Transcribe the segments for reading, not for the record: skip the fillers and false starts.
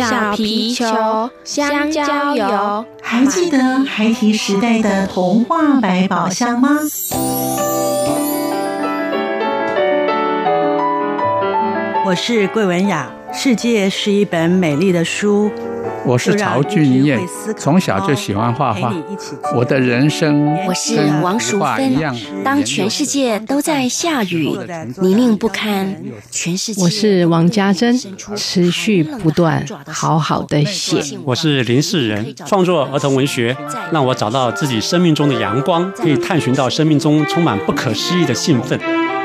小皮球、香蕉油。 还记得孩提时代的童话百宝箱吗？ 我是桂文雅，世界是一本美丽的书。 我是曹俊彦，从小就喜欢画画。我的人生我是王淑芬。当全世界都在下雨，泥泞不堪，全世界。 我是王家珍，持续不断，好好的写。 我是林世仁，创作儿童文学，让我找到自己生命中的阳光，可以探寻到生命中充满不可思议的兴奋。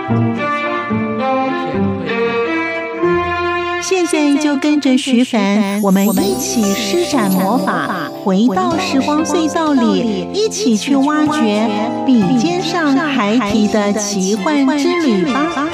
现在就跟着徐凡，我们一起施展魔法，回到时光隧道里，一起去挖掘笔尖上孩提的奇幻之旅吧。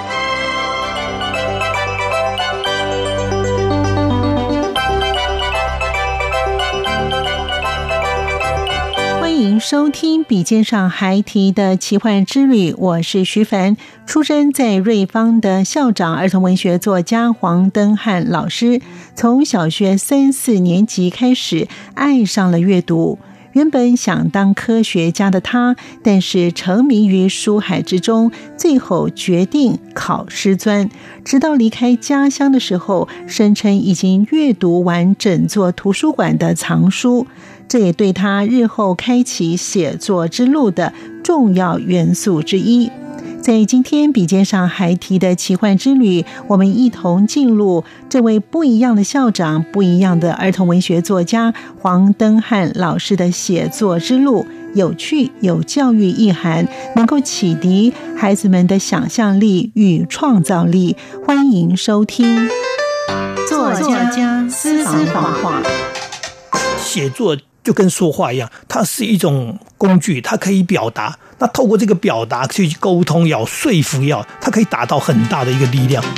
欢迎收听笔尖上孩提的奇幻之旅，我是徐凡。出生在瑞芳的校长儿童文学作家黄登汉老师，从小学3、4年级开始爱上了阅读。原本想当科学家的他，但是沉迷于书海之中，最后决定考师专。直到离开家乡的时候，声称已经阅读完整座图书馆的藏书，这也对他日后开启写作之路的重要元素之一。在今天笔尖上孩提的奇幻之旅，我们一同进入这位不一样的校长、不一样的儿童文学作家黄登汉老师的写作之路，有趣有教育意涵，能够启迪孩子们的想象力与创造力。欢迎收听作家私房话。 写作就跟说话一样，它是一种工具，它可以表达，那透过这个表达去沟通，要说服，它可以达到很大的一个力量。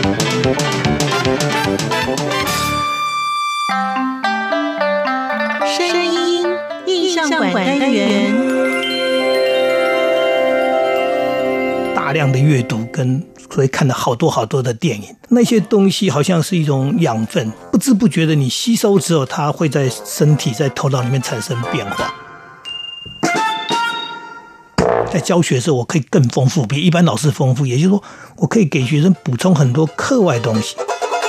声音印象馆单元， 大量的阅读跟所以看了好多的电影，那些东西好像是一种养分，不知不觉的你吸收之后，它会在身体在头脑里面产生变化。在教学的时候，我可以更丰富，比一般老师丰富，也就是说我可以给学生补充很多课外东西。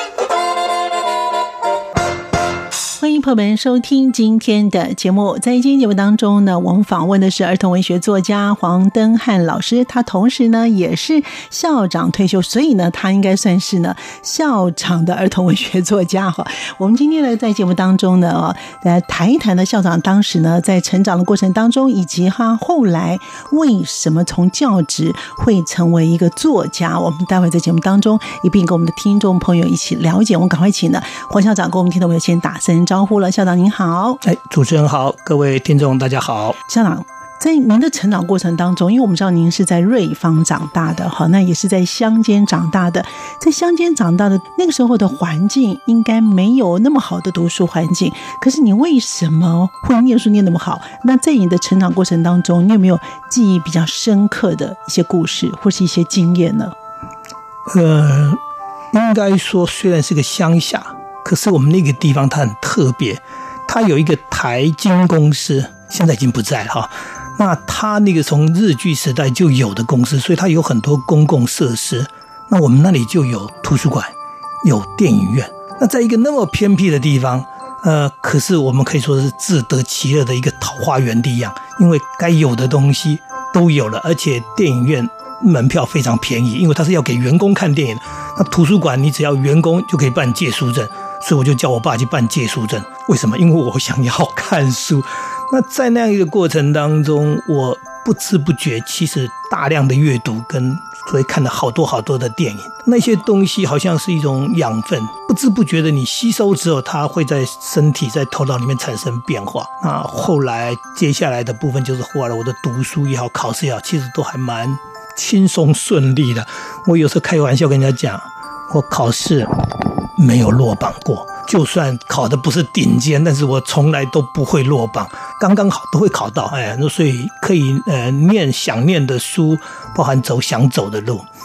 欢迎朋友们收听今天的节目。在今天节目当中呢，我们访问的是儿童文学作家黄登汉老师，他同时呢也是校长退休，所以呢他应该算是呢校长的儿童文学作家哈。我们今天呢在节目当中呢来谈一谈的校长当时呢在成长的过程当中，以及他后来为什么从教职会成为一个作家，我们待会在节目当中一并跟我们的听众朋友一起了解。我们赶快请呢黄校长跟我们听众朋友先打声招呼了。校长您好。 主持人好，各位听众大家好。 校长，在您的成长过程当中，因为我们知道您是在瑞芳长大的，那也是在乡间长大的，在乡间长大的那个时候的环境应该没有那么好的读书环境，可是你为什么会念书念那么好？那在你的成长过程当中，你有没有记忆比较深刻的一些故事或是一些经验呢？ 应该说虽然是个乡下，可是我们那个地方它很特别，它有一个台金公司，现在已经不在了。那它那个从日据时代就有的公司，所以它有很多公共设施。那我们那里就有图书馆，有电影院。那在一个那么偏僻的地方，可是我们可以说是自得其乐的一个桃花源地一样，因为该有的东西都有了，而且电影院门票非常便宜，因为它是要给员工看电影的。那图书馆你只要员工就可以办借书证，所以我就叫我爸去办借书证。为什么？因为我想要看书。那在那样一个过程当中，我不知不觉其实大量的阅读跟所以看了好多的电影，那些东西好像是一种养分，不知不觉的你吸收之后，它会在身体在头脑里面产生变化。那后来接下来的部分就是后来我的读书也好，考试也好，其实都还蛮轻松顺利的。我有时候开玩笑跟人家讲，我考试没有落榜过，就算考的不是顶尖，但是我从来都不会落榜，刚刚好都会考到。所以可以想念的书，包含走想走的路。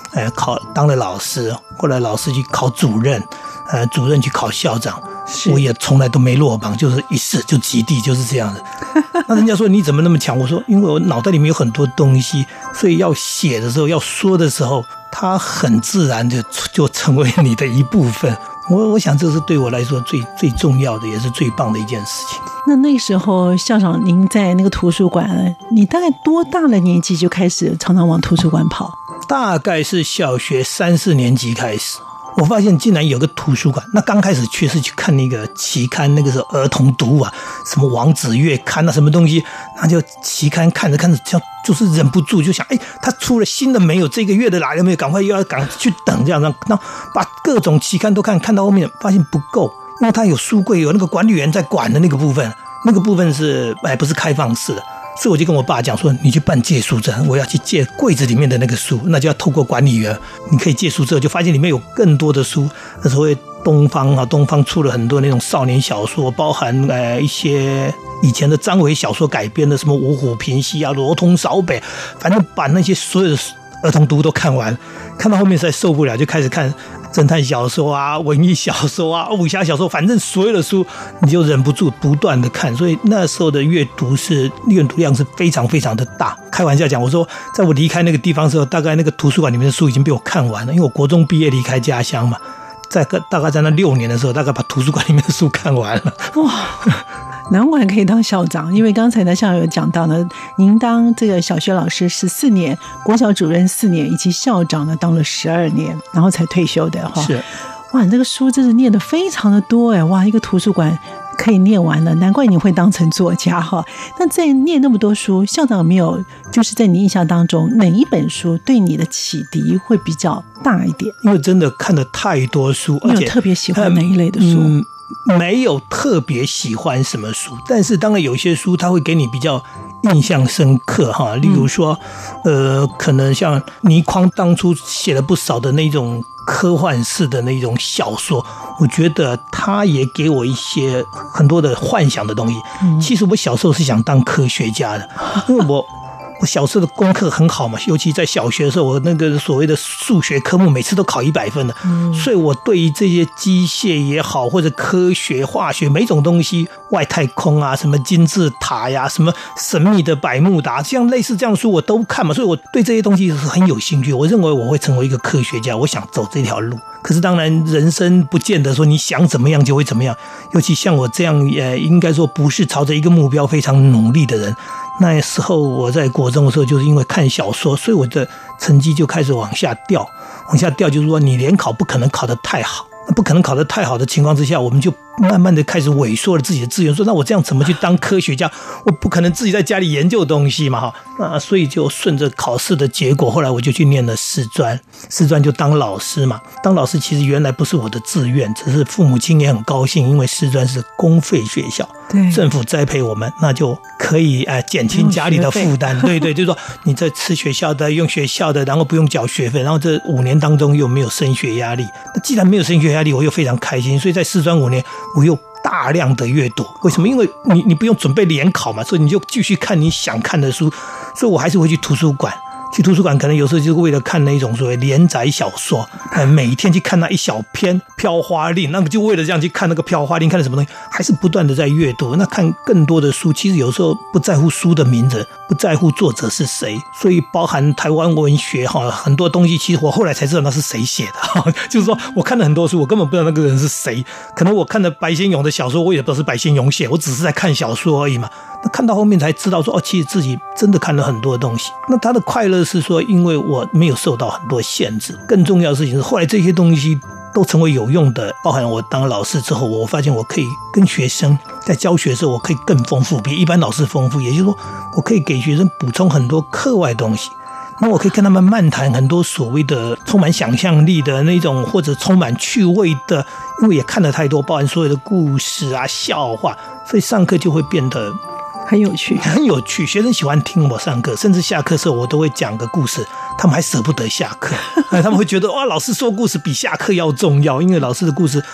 当了老师，后来老师去考主任，主任去考校长，我也从来都没落榜，就是一试就及第，就是这样的。那人家说你怎么那么强？我说因为我脑袋里面有很多东西，所以要写的时候，要说的时候，它很自然就成为你的一部分。我想这是对我来说最重要的，也是最棒的一件事情。 那时候校长您在那个图书馆，你大概多大的年纪就开始常常往图书馆跑？ 大概是小学3、4年级开始。我发现竟然有个图书馆，那刚开始确实去看那个期刊，那个是儿童读物啊，什么王子月刊啊，什么东西，那就期刊看着看着，就是忍不住就想，他出了新的没有？这个月的来了没有？赶快去等这样，然后把各种期刊都看到后面发现不够，因为他有书柜，有那个管理员在管的那个部分，是不是开放式的。所以我就跟我爸讲说，你去办借书证，我要去借柜子里面的那个书，那就要透过管理员，你可以借书之后就发现里面有更多的书，所谓东方出了很多那种少年小说，包含一些以前的章回小说改编的，什么五虎平西啊、罗通扫北，反正把那些所有的儿童读物都看完，看到后面实在受不了，就开始看侦探小说啊、文艺小说啊、武侠小说，反正所有的书你就忍不住不断的看，所以那时候的阅读量是非常非常的大。开玩笑讲，我说在我离开那个地方的时候，大概那个图书馆里面的书已经被我看完了，因为我国中毕业离开家乡嘛，大概在那6年的时候，大概把图书馆里面的书看完了。 哇！难怪可以当校长，因为刚才呢校长有讲到呢，您当这个小学老师14年，国小主任4年，以及校长呢当了12年，然后才退休的哈。是，哇，你这个书真是念得非常的多哇，一个图书馆可以念完了，难怪你会当成作家哈。那在念那么多书，校长有没有就是在你印象当中哪一本书对你的启迪会比较大一点？ 因为真的看了太多书， 你有特别喜欢哪一类的书？ 没有特别喜欢什么书，但是当然有一些书它会给你比较印象深刻哈，例如说可能像倪匡当初写了不少的那种科幻式的那种小说，我觉得他也给我一些很多的幻想的东西。其实我小时候是想当科学家的，因为我小时候的功课很好嘛，尤其在小学的时候，我那个所谓的数学科目每次都考100分的，所以我对于这些机械也好，或者科学、化学每种东西，外太空啊，什么金字塔呀，什么神秘的百慕达，像类似这样的书我都看嘛，所以我对这些东西是很有兴趣。我认为我会成为一个科学家，我想走这条路。可是当然人生不见得说你想怎么样就会怎么样，尤其像我这样应该说不是朝着一个目标非常努力的人。那时候我在国中的时候，就是因为看小说，所以我的成绩就开始往下掉，就是说你联考不可能考得太好，不可能考得太好的情况之下，我们就慢慢的开始萎缩了自己的资源，说那我这样怎么去当科学家？我不可能自己在家里研究东西嘛，所以就顺着考试的结果，后来我就去念了师专就当老师嘛。当老师其实原来不是我的志愿，只是父母亲也很高兴，因为师专是公费学校，对，政府栽培我们，那就可以减轻家里的负担。对，就是说你在吃学校的、用学校的，然后不用缴学费，然后这5年当中又没有升学压力。那既然没有升学压力，我又非常开心，所以在师专5年我又大量的阅读。为什么？因为你不用准备联考嘛，所以你就继续看你想看的书。所以我还是会去图书馆。去图书馆可能有时候就是为了看那种所谓连载小说，每天去看那一小篇《飘花令》，那么就为了这样去看那个《飘花令》，看了什么东西，还是不断的在阅读。那看更多的书，其实有时候不在乎书的名字，不在乎作者是谁，所以包含台湾文学很多东西，其实我后来才知道那是谁写的。就是说我看了很多书，我根本不知道那个人是谁。可能我看了白先勇的小说，我也不知道是白先勇写，我只是在看小说而已嘛。那看到后面才知道说，其实自己真的看了很多东西。那他的快乐是说，因为我没有受到很多限制。更重要的事情是，后来这些东西都成为有用的。包含我当老师之后，我发现我可以跟学生在教学的时候，我可以更丰富，比一般老师丰富。也就是说，我可以给学生补充很多课外东西。那我可以跟他们漫谈很多所谓的充满想象力的那种，或者充满趣味的，因为也看了太多，包含所有的故事啊、笑话，所以上课就会变得很有趣， 很有趣。学生喜欢听我上课，甚至下课的时候我都会讲个故事，他们还舍不得下课。他们会觉得哇，老师说故事比下课要重要，因为老师的故事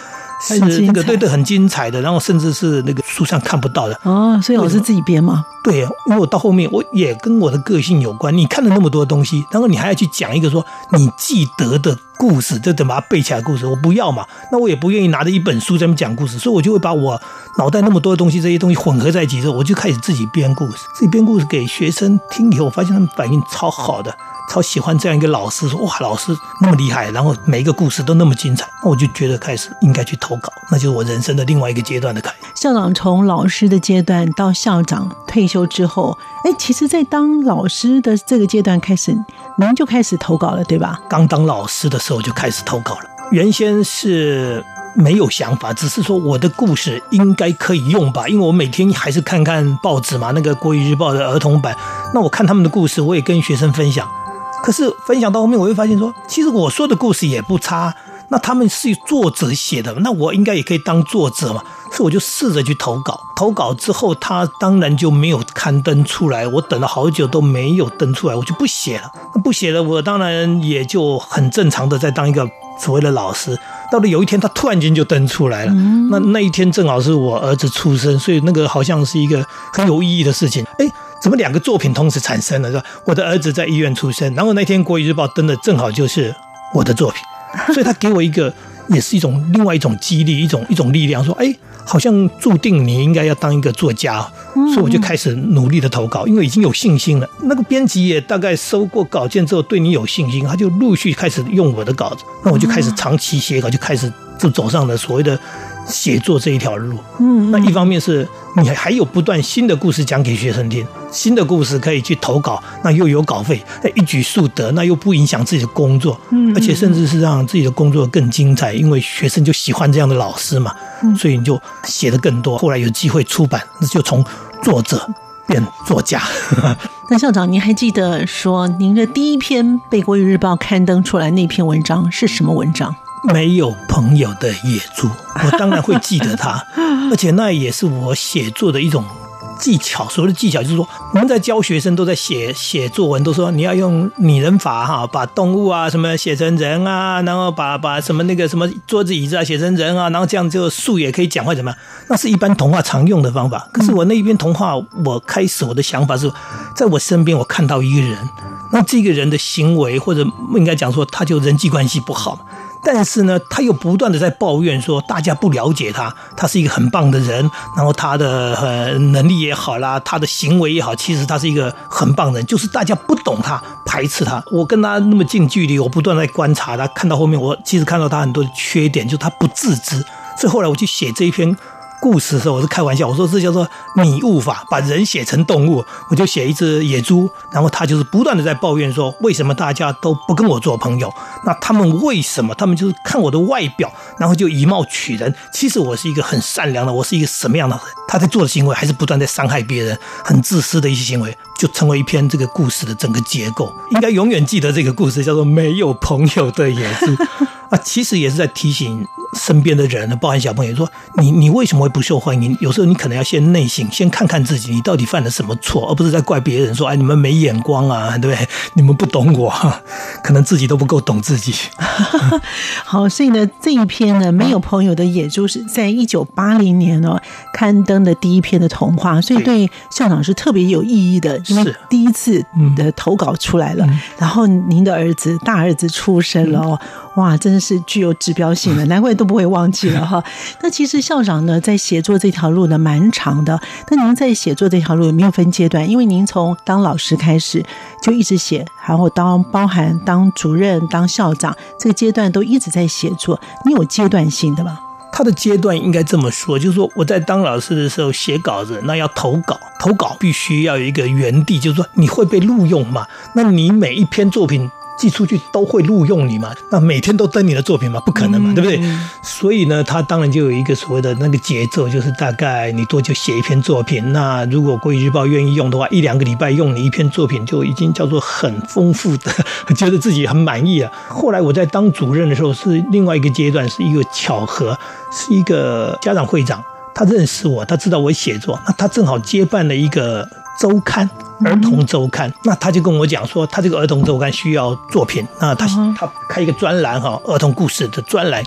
是那个对很精彩的，然后甚至是那个书上看不到的。 所以老师自己编吗？ 对，因为我到后面我也跟我的个性有关，你看了那么多东西，然后你还要去讲一个说你记得的故事，就等把它背起来的故事，我不要嘛，那我也不愿意拿着一本书在那边讲故事，所以我就会把我脑袋那么多的东西，这些东西混合在一起之后，我就开始自己编故事，自己编故事给学生听以后，我发现他们反应超好的，超喜欢这样一个老师，说哇，老师那么厉害，然后每一个故事都那么精彩，那我就觉得开始应该去投稿，那就是我人生的另外一个阶段的开始。 校长从老师的阶段到校长退休之后，其实在当老师的这个阶段开始，您就开始投稿了，对吧？ 刚当老师的时候就开始投稿了，原先是没有想法，只是说我的故事应该可以用吧，因为我每天还是看看报纸嘛，那个国语日报的儿童版，那我看他们的故事，我也跟学生分享。可是分享到后面，我会发现说，其实我说的故事也不差，那他们是作者写的，那我应该也可以当作者嘛，所以我就试着去投稿。投稿之后，他当然就没有刊登出来，我等了好久都没有登出来，我就不写了。那不写了，我当然也就很正常的在当一个所谓的老师。到了有一天，他突然间就登出来了。那一天正好是我儿子出生，所以那个好像是一个很有意义的事情。怎么两个作品同时产生了？是吧？我的儿子在医院出生，然后那天国语日报登的正好就是我的作品，所以他给我一个也是另外一种激励，一种力量，说好像注定你应该要当一个作家，所以我就开始努力的投稿，因为已经有信心了。那个编辑也大概收过稿件之后，对你有信心，他就陆续开始用我的稿子，那我就开始长期写稿，就开始就走上了所谓的写作这一条路。那一方面是你还有不断新的故事讲给学生听，新的故事可以去投稿，那又有稿费，一举数得，那又不影响自己的工作，而且甚至是让自己的工作更精彩，因为学生就喜欢这样的老师嘛，所以你就写得更多。后来有机会出版，那就从作者变作家。 那校长，您还记得说您的第一篇被国语日报刊登出来那篇文章是什么文章？ 没有朋友的野猪，我当然会记得它，而且那也是我写作的一种技巧。所谓的技巧就是说，我们在教学生都在写作文，都说你要用拟人法哈，把动物啊什么写成人啊，然后把什么那个什么桌子椅子啊写成人啊，然后这样就树也可以讲话怎么样？那是一般童话常用的方法。可是我那一篇童话，我开始我的想法是，在我身边我看到一个人，那这个人的行为或者应该讲说，他就人际关系不好。但是呢，他又不断的在抱怨说大家不了解他，他是一个很棒的人，然后他的能力也好啦，他的行为也好，其实他是一个很棒的人，就是大家不懂他，排斥他。我跟他那么近距离，我不断在观察他，看到后面我其实看到他很多的缺点，就是他不自知。所以后来我去写这一篇故事的时候，我是开玩笑，我说这叫做拟物法，把人写成动物。我就写一只野猪，然后他就是不断的在抱怨说，为什么大家都不跟我做朋友？那他们为什么？他们就是看我的外表，然后就以貌取人。其实我是一个很善良的，我是一个什么样的人？他在做的行为还是不断在伤害别人，很自私的一些行为，就成为一篇这个故事的整个结构。应该永远记得这个故事，叫做没有朋友的野猪。其实也是在提醒身边的人，包含小朋友说，你为什么会不受欢迎？有时候你可能要先内省，先看看自己，你到底犯了什么错，而不是在怪别人说，你们没眼光啊，对不对？你们不懂我，可能自己都不够懂自己。 好，所以呢，这一篇呢，没有朋友的野猪是在1980年刊登的第一篇的童话，所以对校长是特别有意义的，因为第一次的投稿出来了，然后您的大儿子出生了哇，真的是具有指标性的，难怪都不会忘记了哈。那其实校长呢，在写作这条路呢蛮长的。那您在写作这条路有没有分阶段？因为您从当老师开始就一直写，然后包含当主任、当校长这个阶段都一直在写作。你有阶段性的吗？ 他的阶段应该这么说，就是说我在当老师的时候写稿子，那要投稿必须要有一个原地，就是说你会被录用嘛？那你每一篇作品寄出去都会录用你嘛？那每天都登你的作品嘛？不可能嘛，对不对？所以呢，他当然就有一个所谓的那个节奏，就是大概你多久写一篇作品。那如果国语日报愿意用的话，1-2个礼拜用你一篇作品就已经叫做很丰富的，觉得自己很满意了。后来我在当主任的时候是另外一个阶段，是一个巧合，是一个家长会长，他认识我，他知道我写作，那他正好接办了一个周刊，儿童周刊，那他就跟我讲说，他这个儿童周刊需要作品，那他开一个专栏儿童故事的专栏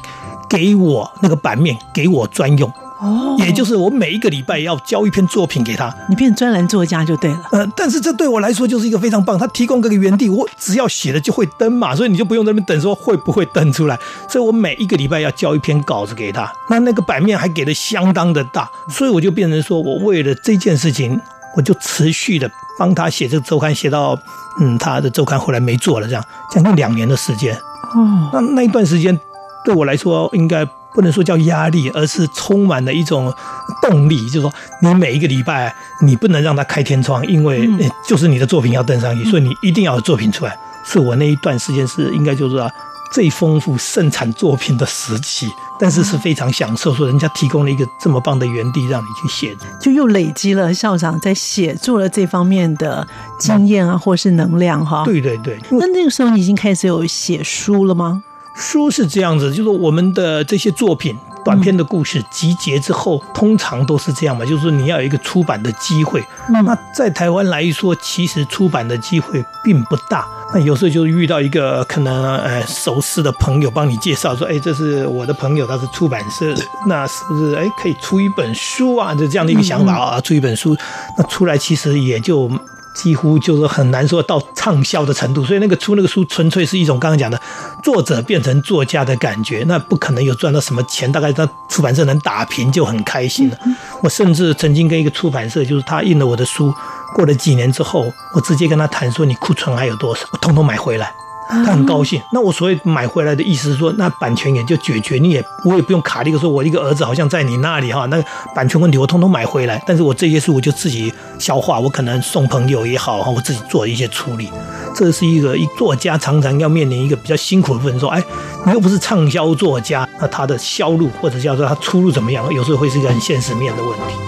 给我那个版面给我专用。也就是我每一个礼拜要交一篇作品给他， 你变专栏作家就对了。 但是这对我来说就是一个非常棒，他提供个原地，我只要写了就会登嘛，所以你就不用在那边等说会不会登出来。所以我每一个礼拜要交一篇稿子给他，那个版面还给的相当的大，所以我就变成说我为了这件事情，我就持续的帮他写这个周刊，写到他的周刊后来没做了，这样将近2年的时间。那一段时间对我来说应该不能说叫压力，而是充满了一种动力，就是说你每一个礼拜你不能让它开天窗，因为就是你的作品要登上去，所以你一定要有作品出来。所以我那一段时间是应该就是说最丰富盛产作品的时期，但是是非常享受，说人家提供了一个这么棒的园地让你去写， 就又累积了校长在写作的这方面的经验啊，或是能量哈。 对对对。 那个时候你已经开始有写书了吗？ 书是这样子，就是我们的这些作品短篇的故事集结之后，通常都是这样嘛，就是说你要有一个出版的机会。那在台湾来说，其实出版的机会并不大。那有时候就遇到一个可能熟识的朋友帮你介绍说，这是我的朋友，他是出版社，那是不是可以出一本书啊？就这样的一个想法啊，出一本书，那出来其实也就几乎就是很难说到畅销的程度，所以出那个书纯粹是一种刚刚讲的作者变成作家的感觉，那不可能有赚到什么钱，大概他出版社能打平就很开心了。我甚至曾经跟一个出版社，就是他印了我的书，过了几年之后，我直接跟他谈说你库存还有多少，我统统买回来。他很高兴。那我所谓买回来的意思是说，那版权也就解决，我也不用卡那个说我一个儿子好像在你那里哈，那版权问题我通通买回来。但是我这些书我就自己消化，我可能送朋友也好，我自己做一些处理。这是一作家常常要面临一个比较辛苦的部分，说你又不是畅销作家，那他的销路或者叫做他出路怎么样，有时候会是一个很现实面的问题。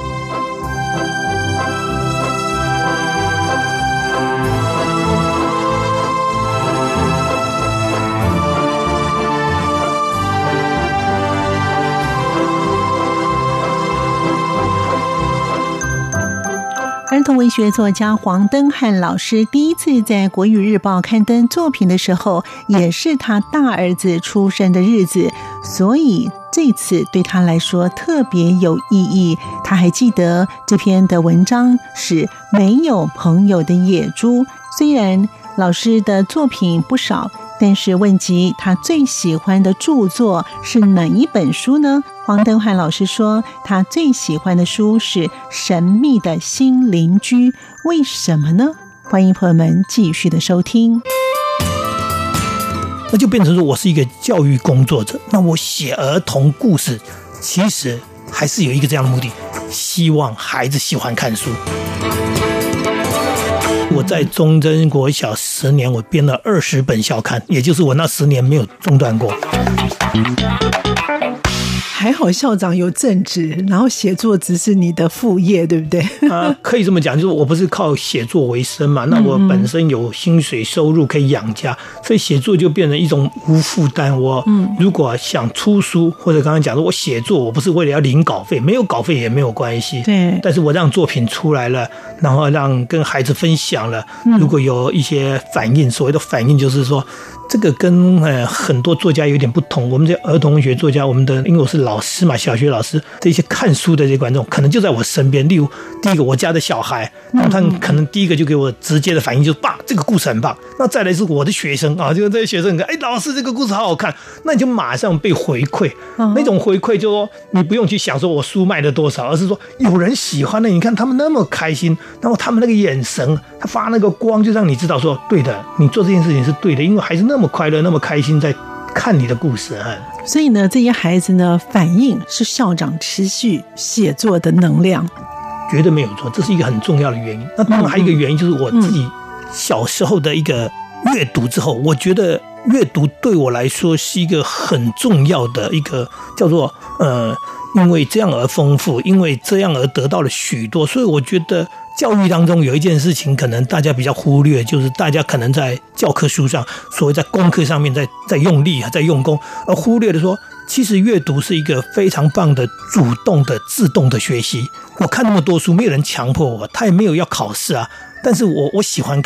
儿童文学作家黄登汉老师第一次在国语日报刊登作品的时候，也是他大儿子出生的日子，所以这次对他来说特别有意义。他还记得这篇的文章是没有朋友的野猪。虽然老师的作品不少，但是问及他最喜欢的著作是哪一本书呢？黄登汉老师说，他最喜欢的书是《神秘的新邻居》。为什么呢？欢迎朋友们继续的收听。 那就变成说我是一个教育工作者，那我写儿童故事其实还是有一个这样的目的，希望孩子喜欢看书。我在中正国小10年，我编了20本校刊，也就是我那10年没有中断过。 还好校长有正职，然后写作只是你的副业，对不对？ 可以这么讲，就是我不是靠写作为生嘛，那我本身有薪水收入可以养家，所以写作就变成一种无负担。我如果想出书，或者刚刚讲说我写作，我不是为了要领稿费，没有稿费也没有关系。 对， 但是我让作品出来了，然后让跟孩子分享了，如果有一些反应，所谓的反应就是说，这个跟很多作家有点不同。我们这儿童文学作家，因为我是老师嘛，小学老师，这些看书的这些观众可能就在我身边。例如第一个我家的小孩，那他可能第一个就给我直接的反应就是爸，这个故事很棒。那再来是我的学生啊，就这些学生看，老师这个故事好好看，那你就马上被回馈。那种回馈就是说你不用去想说我书卖了多少，而是说有人喜欢了，你看他们那么开心，然后他们那个眼神，他发那个光，就让你知道说对的，你做这件事情是对的，因为孩子那么快乐，那么开心在看你的故事。 所以呢，这些孩子呢，反应是校长持续写作的能量， 绝对没有错，这是一个很重要的原因。那当然还有一个原因就是我自己小时候的一个阅读之后，我觉得阅读对我来说是一个很重要的一个叫做因为这样而丰富，因为这样而得到了许多。所以我觉得教育当中有一件事情可能大家比较忽略，就是大家可能在教科书上，所谓在功课上面在用力在用功，而忽略的说其实阅读是一个非常棒的主动的自动的学习。我看那么多书，没有人强迫我，他也没有要考试啊，但是我喜欢看。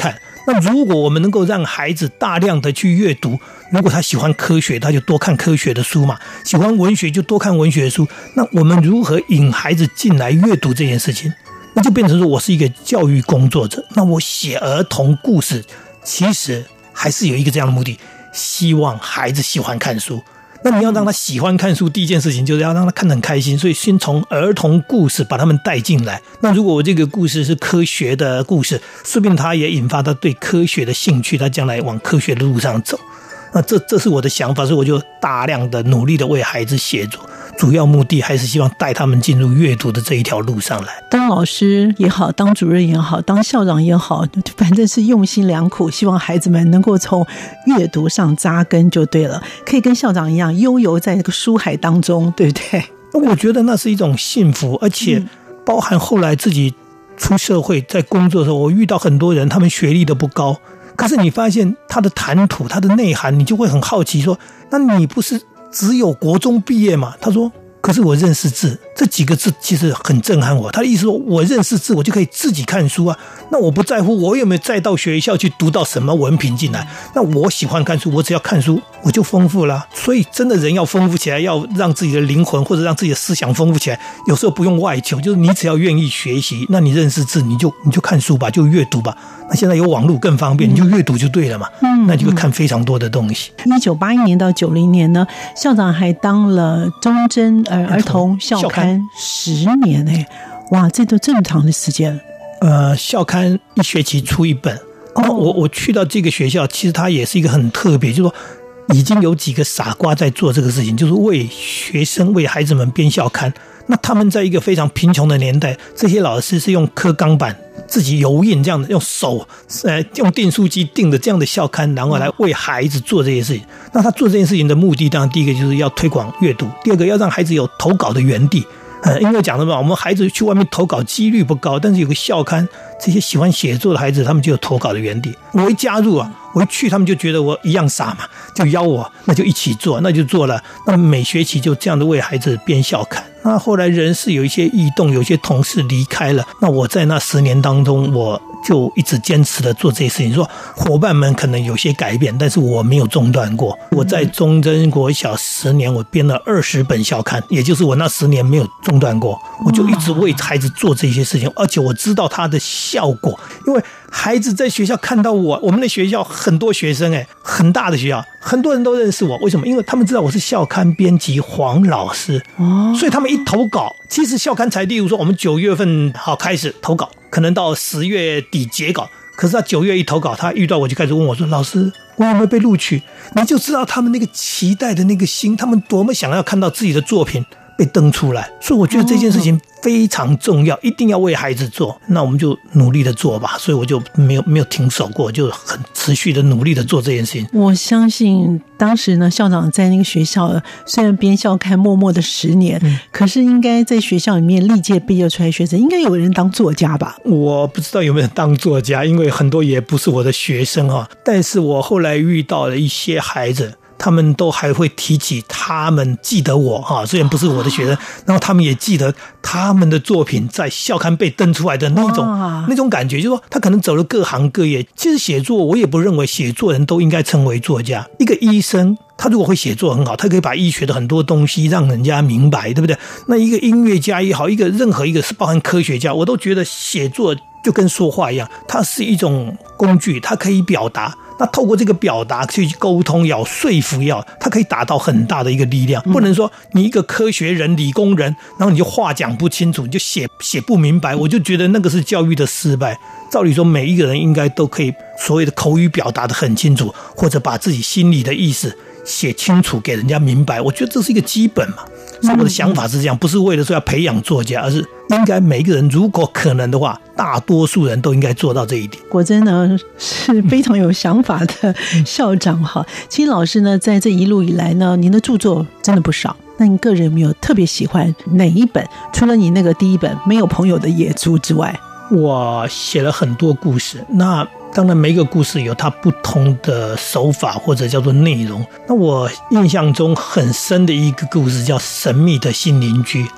那如果我们能够让孩子大量的去阅读，如果他喜欢科学，他就多看科学的书嘛，喜欢文学就多看文学的书。那我们如何引孩子进来阅读这件事情，那就变成说我是一个教育工作者，那我写儿童故事其实还是有一个这样的目的，希望孩子喜欢看书。那你要让他喜欢看书，第一件事情就是要让他看得很开心，所以先从儿童故事把他们带进来。那如果我这个故事是科学的故事，说不定他也引发他对科学的兴趣，他将来往科学的路上走。那这是我的想法，所以我就大量的努力的为孩子写作，主要目的还是希望带他们进入阅读的这一条路上来。 当老师也好，当主任也好，当校长也好，反正是用心良苦，希望孩子们能够从阅读上扎根就对了，可以跟校长一样悠游在那个书海当中，对不对？ 我觉得那是一种幸福，而且包含后来自己出社会在工作的时候，我遇到很多人，他们学历都不高，可是你发现他的谈吐，他的内涵，你就会很好奇说，那你不是只有国中毕业吗？他说可是我认识字，这几个字其实很震撼我。他的意思说，我认识字，我就可以自己看书啊。那我不在乎我有没有再到学校去读到什么文凭进来，那我喜欢看书，我只要看书我就丰富了。所以真的人要丰富起来，要让自己的灵魂或者让自己的思想丰富起来，有时候不用外求，就是你只要愿意学习，那你认识字，你就看书吧，就阅读吧。那现在有网络更方便，你就阅读就对了嘛。那就会看非常多的东西。 1981年到90年呢，校长还当了中贞儿童校刊10年哎，哇，这都这么长的时间。 校刊一学期出一本。我去到这个学校，其实它也是一个很特别，就是说已经有几个傻瓜在做这个事情，就是为学生为孩子们编校刊。那他们在一个非常贫穷的年代，这些老师是用刻钢板自己油印这样的，用手用订书机订的这样的校刊，然后来为孩子做这些事情。那他做这件事情的目的，当然第一个就是要推广阅读，第二个要让孩子有投稿的园地。因为讲的嘛，我们孩子去外面投稿几率不高，但是有个校刊，这些喜欢写作的孩子他们就有投稿的园地。我一加入啊，我一去他们就觉得我一样傻嘛，就邀我，那就一起做，那就做了。那每学期就这样的为孩子编校刊。那后来人事有一些异动，有一些同事离开了，那我在那10年当中，我就一直坚持的做这些事情。说伙伴们可能有些改变，但是我没有中断过。我在中贞国小10年，我编了20本校刊，也就是我那10年没有中断过。我就一直为孩子做这些事情，而且我知道它的效果。因为孩子在学校看到我们的学校很多学生很大的学校，很多人都认识我。为什么？因为他们知道我是校刊编辑黄老师，所以他们一投稿，其实校刊才例如说我们9月份好开始投稿，可能到10月底截稿，可是他9月一投稿，他遇到我就开始问我说，老师我有没有被录取？你就知道他们那个期待的那个心，他们多么想要看到自己的作品被登出来。所以我觉得这件事情非常重要，一定要为孩子做。那我们就努力的做吧。所以我就没有停手过，就很持续的努力的做这件事情。 我相信当时呢，校长在那个学校虽然编校刊默默的10年，可是应该在学校里面历届毕业出来学生，应该有人当作家吧？我不知道有没有人当作家，因为很多也不是我的学生但是我后来遇到了一些孩子，他们都还会提起他们记得我虽然不是我的学生，然后他们也记得他们的作品在校刊被登出来的那种感觉，就是说他可能走了各行各业。其实写作，我也不认为写作人都应该成为作家。一个医生，他如果会写作很好，他可以把医学的很多东西让人家明白，对不对？那一个音乐家也好，任何一个是包含科学家，我都觉得写作就跟说话一样，它是一种工具，它可以表达。那透过这个表达去沟通，要说服，它可以达到很大的一个力量。不能说你一个科学人、理工人，然后你就话讲不清楚，你就写不明白，我就觉得那个是教育的失败。照理说，每一个人应该都可以所谓的口语表达得很清楚，或者把自己心里的意思写清楚给人家明白，我觉得这是一个基本嘛。所以我的想法是这样，不是为了说要培养作家，而是应该每一个人如果可能的话，大多数人都应该做到这一点。 果真呢是非常有想法的校长哈。其实老师呢在这一路以来呢，您的著作真的不少。那你个人有没有特别喜欢哪一本？除了你那个第一本《没有朋友的野猪》之外， 我写了很多故事。那当然每一个故事有它不同的手法或者叫做内容。那我印象中很深的一个故事叫《神秘的新邻居》，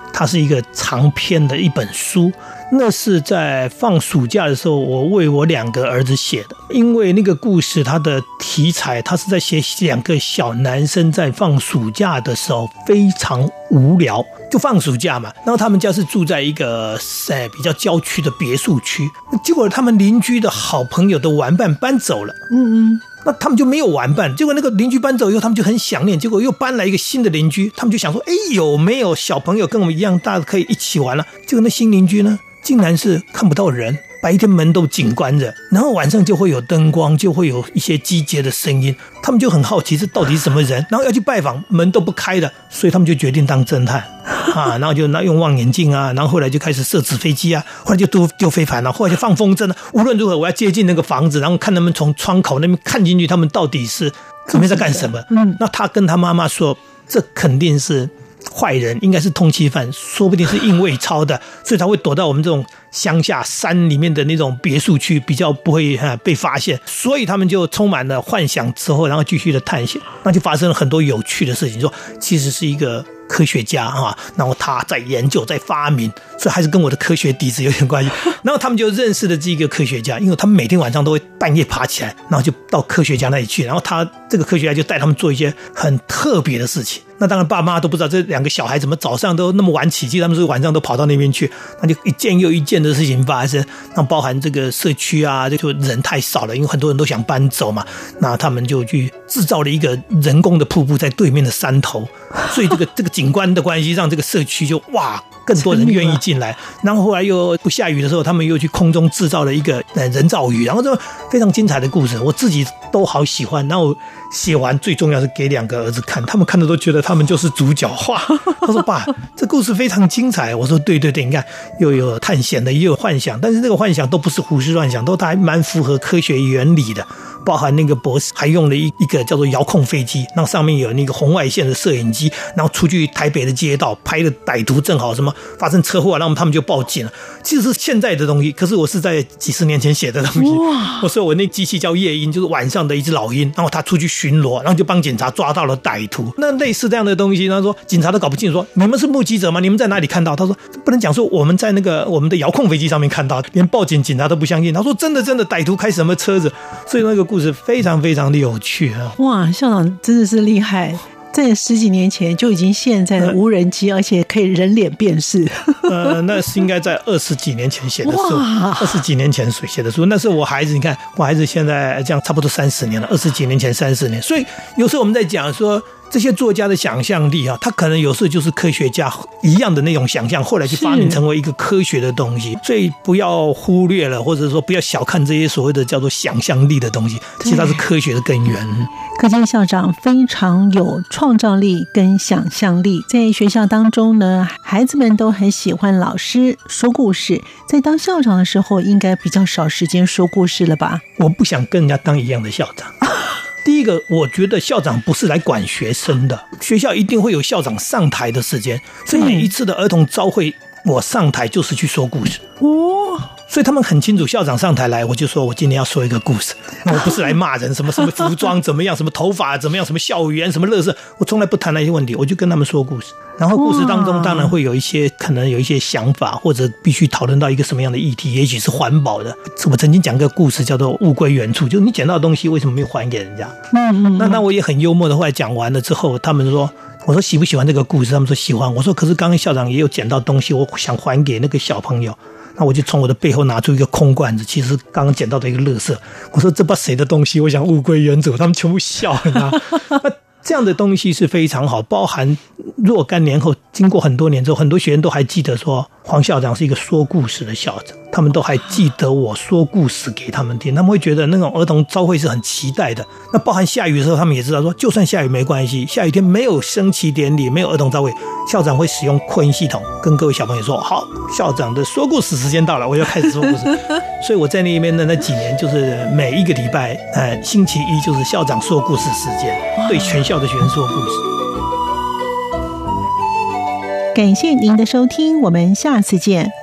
它是一个长篇的一本书。那是在放暑假的时候，我为我2个儿子写的。因为那个故事它的题材，它是在写2个小男生在放暑假的时候非常无聊，就放暑假嘛。然后他们家是住在一个比较郊区的别墅区，结果他们邻居的好朋友的玩伴搬走了。那他们就没有玩伴，结果那个邻居搬走以后，他们就很想念，结果又搬来一个新的邻居，他们就想说，有没有小朋友跟我们一样大的可以一起玩了？结果那新邻居呢，竟然是看不到人，白天门都紧关着，然后晚上就会有灯光，就会有一些机械的声音，他们就很好奇这到底是什么人，然后要去拜访，门都不开的，所以他们就决定当侦探然后就用望远镜啊，然后后来就开始射纸飞机啊，后来就丢飞盘啊，后来就放风筝啊，无论如何我要接近那个房子，然后看他们从窗口那边看进去，他们到底是里面在干什么。那他跟他妈妈说，这肯定是坏人，应该是通缉犯，说不定是印伪钞的，所以他会躲到我们这种乡下山里面的那种别墅区，比较不会被发现。所以他们就充满了幻想之后，然后继续的探险，那就发生了很多有趣的事情。说其实是一个科学家然后他在研究，在发明，所以还是跟我的科学底子有点关系。然后他们就认识了这个科学家，因为他们每天晚上都会半夜爬起来，然后就到科学家那里去，然后这个科学家就带他们做一些很特别的事情。那当然爸妈都不知道这2个小孩怎么早上都那么晚起，其实他们是晚上都跑到那边去，那就一件又一件的事情发生。那包含这个社区啊，就人太少了，因为很多人都想搬走嘛，那他们就去制造了一个人工的瀑布在对面的山头，所以这个景观的关系让这个社区就更多人愿意进来。然后后来又不下雨的时候，他们又去空中制造了一个人造雨，然后这非常精彩的故事，我自己都好喜欢。然后写完最重要是给2个儿子看，他们看的都觉得他们就是主角。他说爸，这故事非常精彩。我说对，你看又有探险的，也有幻想，但是这个幻想都不是胡思乱想，都还蛮符合科学原理的。包含那个博士还用了一个叫做遥控飞机，那上面有那个红外线的摄影机，然后出去台北的街道拍的歹徒正好什么发生车祸，然后他们就报警了。其实是现在的东西，可是我是在几十年前写的东西。我说我那机器叫夜鹰，就是晚上的一只老鹰，然后他出去巡逻，然后就帮警察抓到了歹徒。那类似这样的东西，他说警察都搞不清楚，说你们是目击者吗？你们在哪里看到？他说不能讲说我们在那个我们的遥控飞机上面看到，连报警警察都不相信。他说真的歹徒开什么车子？所以那个故事非常非常的有趣哇，校长真的是厉害，在10几年前就已经现在的无人机，而且可以人脸辨识。 那是应该在20几年前写的书，20几年前写的书。那是我孩子，你看我孩子现在这样差不多30年了，20几年前30年。所以有时候我们在讲说这些作家的想象力他可能有时候就是科学家一样的那种想象，后来就发明成为一个科学的东西。所以不要忽略了，或者说不要小看这些所谓的叫做想象力的东西，其实它是科学的根源。 可见校长非常有创造力跟想象力。在学校当中呢，孩子们都很喜欢老师说故事，在当校长的时候应该比较少时间说故事了吧？ 我不想跟人家当一样的校长。第一个，我觉得校长不是来管学生的，学校一定会有校长上台的时间，所以每一次的儿童朝会，我上台就是去说故事。所以他们很清楚，校长上台来，我就说我今天要说一个故事。我不是来骂人，什么服装怎么样，什么头发怎么样，什么校园，什么垃圾，我从来不谈那些问题，我就跟他们说故事。然后故事当中当然会有一些可能有一些想法，或者必须讨论到一个什么样的议题，也许是环保的。我曾经讲个故事叫做物归原处，就是你捡到的东西为什么没有还给人家。那我也很幽默的，后来讲完了之后，他们说，我说喜不喜欢这个故事，他们说喜欢。我说可是刚刚校长也有捡到东西，我想还给那个小朋友。那我就从我的背后拿出一个空罐子，其实刚刚捡到的一个垃圾。我说这不谁的东西，我想物归原主，他们全部笑了。这样的东西是非常好，包含若干年后，经过很多年之后，很多学生都还记得说黄校长是一个说故事的校长，他们都还记得我说故事给他们听，他们会觉得那种儿童朝会是很期待的。那包含下雨的时候，他们也知道说就算下雨没关系，下雨天没有升旗典礼，没有儿童朝会，校长会使用扩音系统跟各位小朋友说，好，校长的说故事时间到了，我要开始说故事。所以我在那边的那几年，就是每一个礼拜星期一就是校长说故事时间，对全校的学生说故事。 感谢您的收听，我们下次见。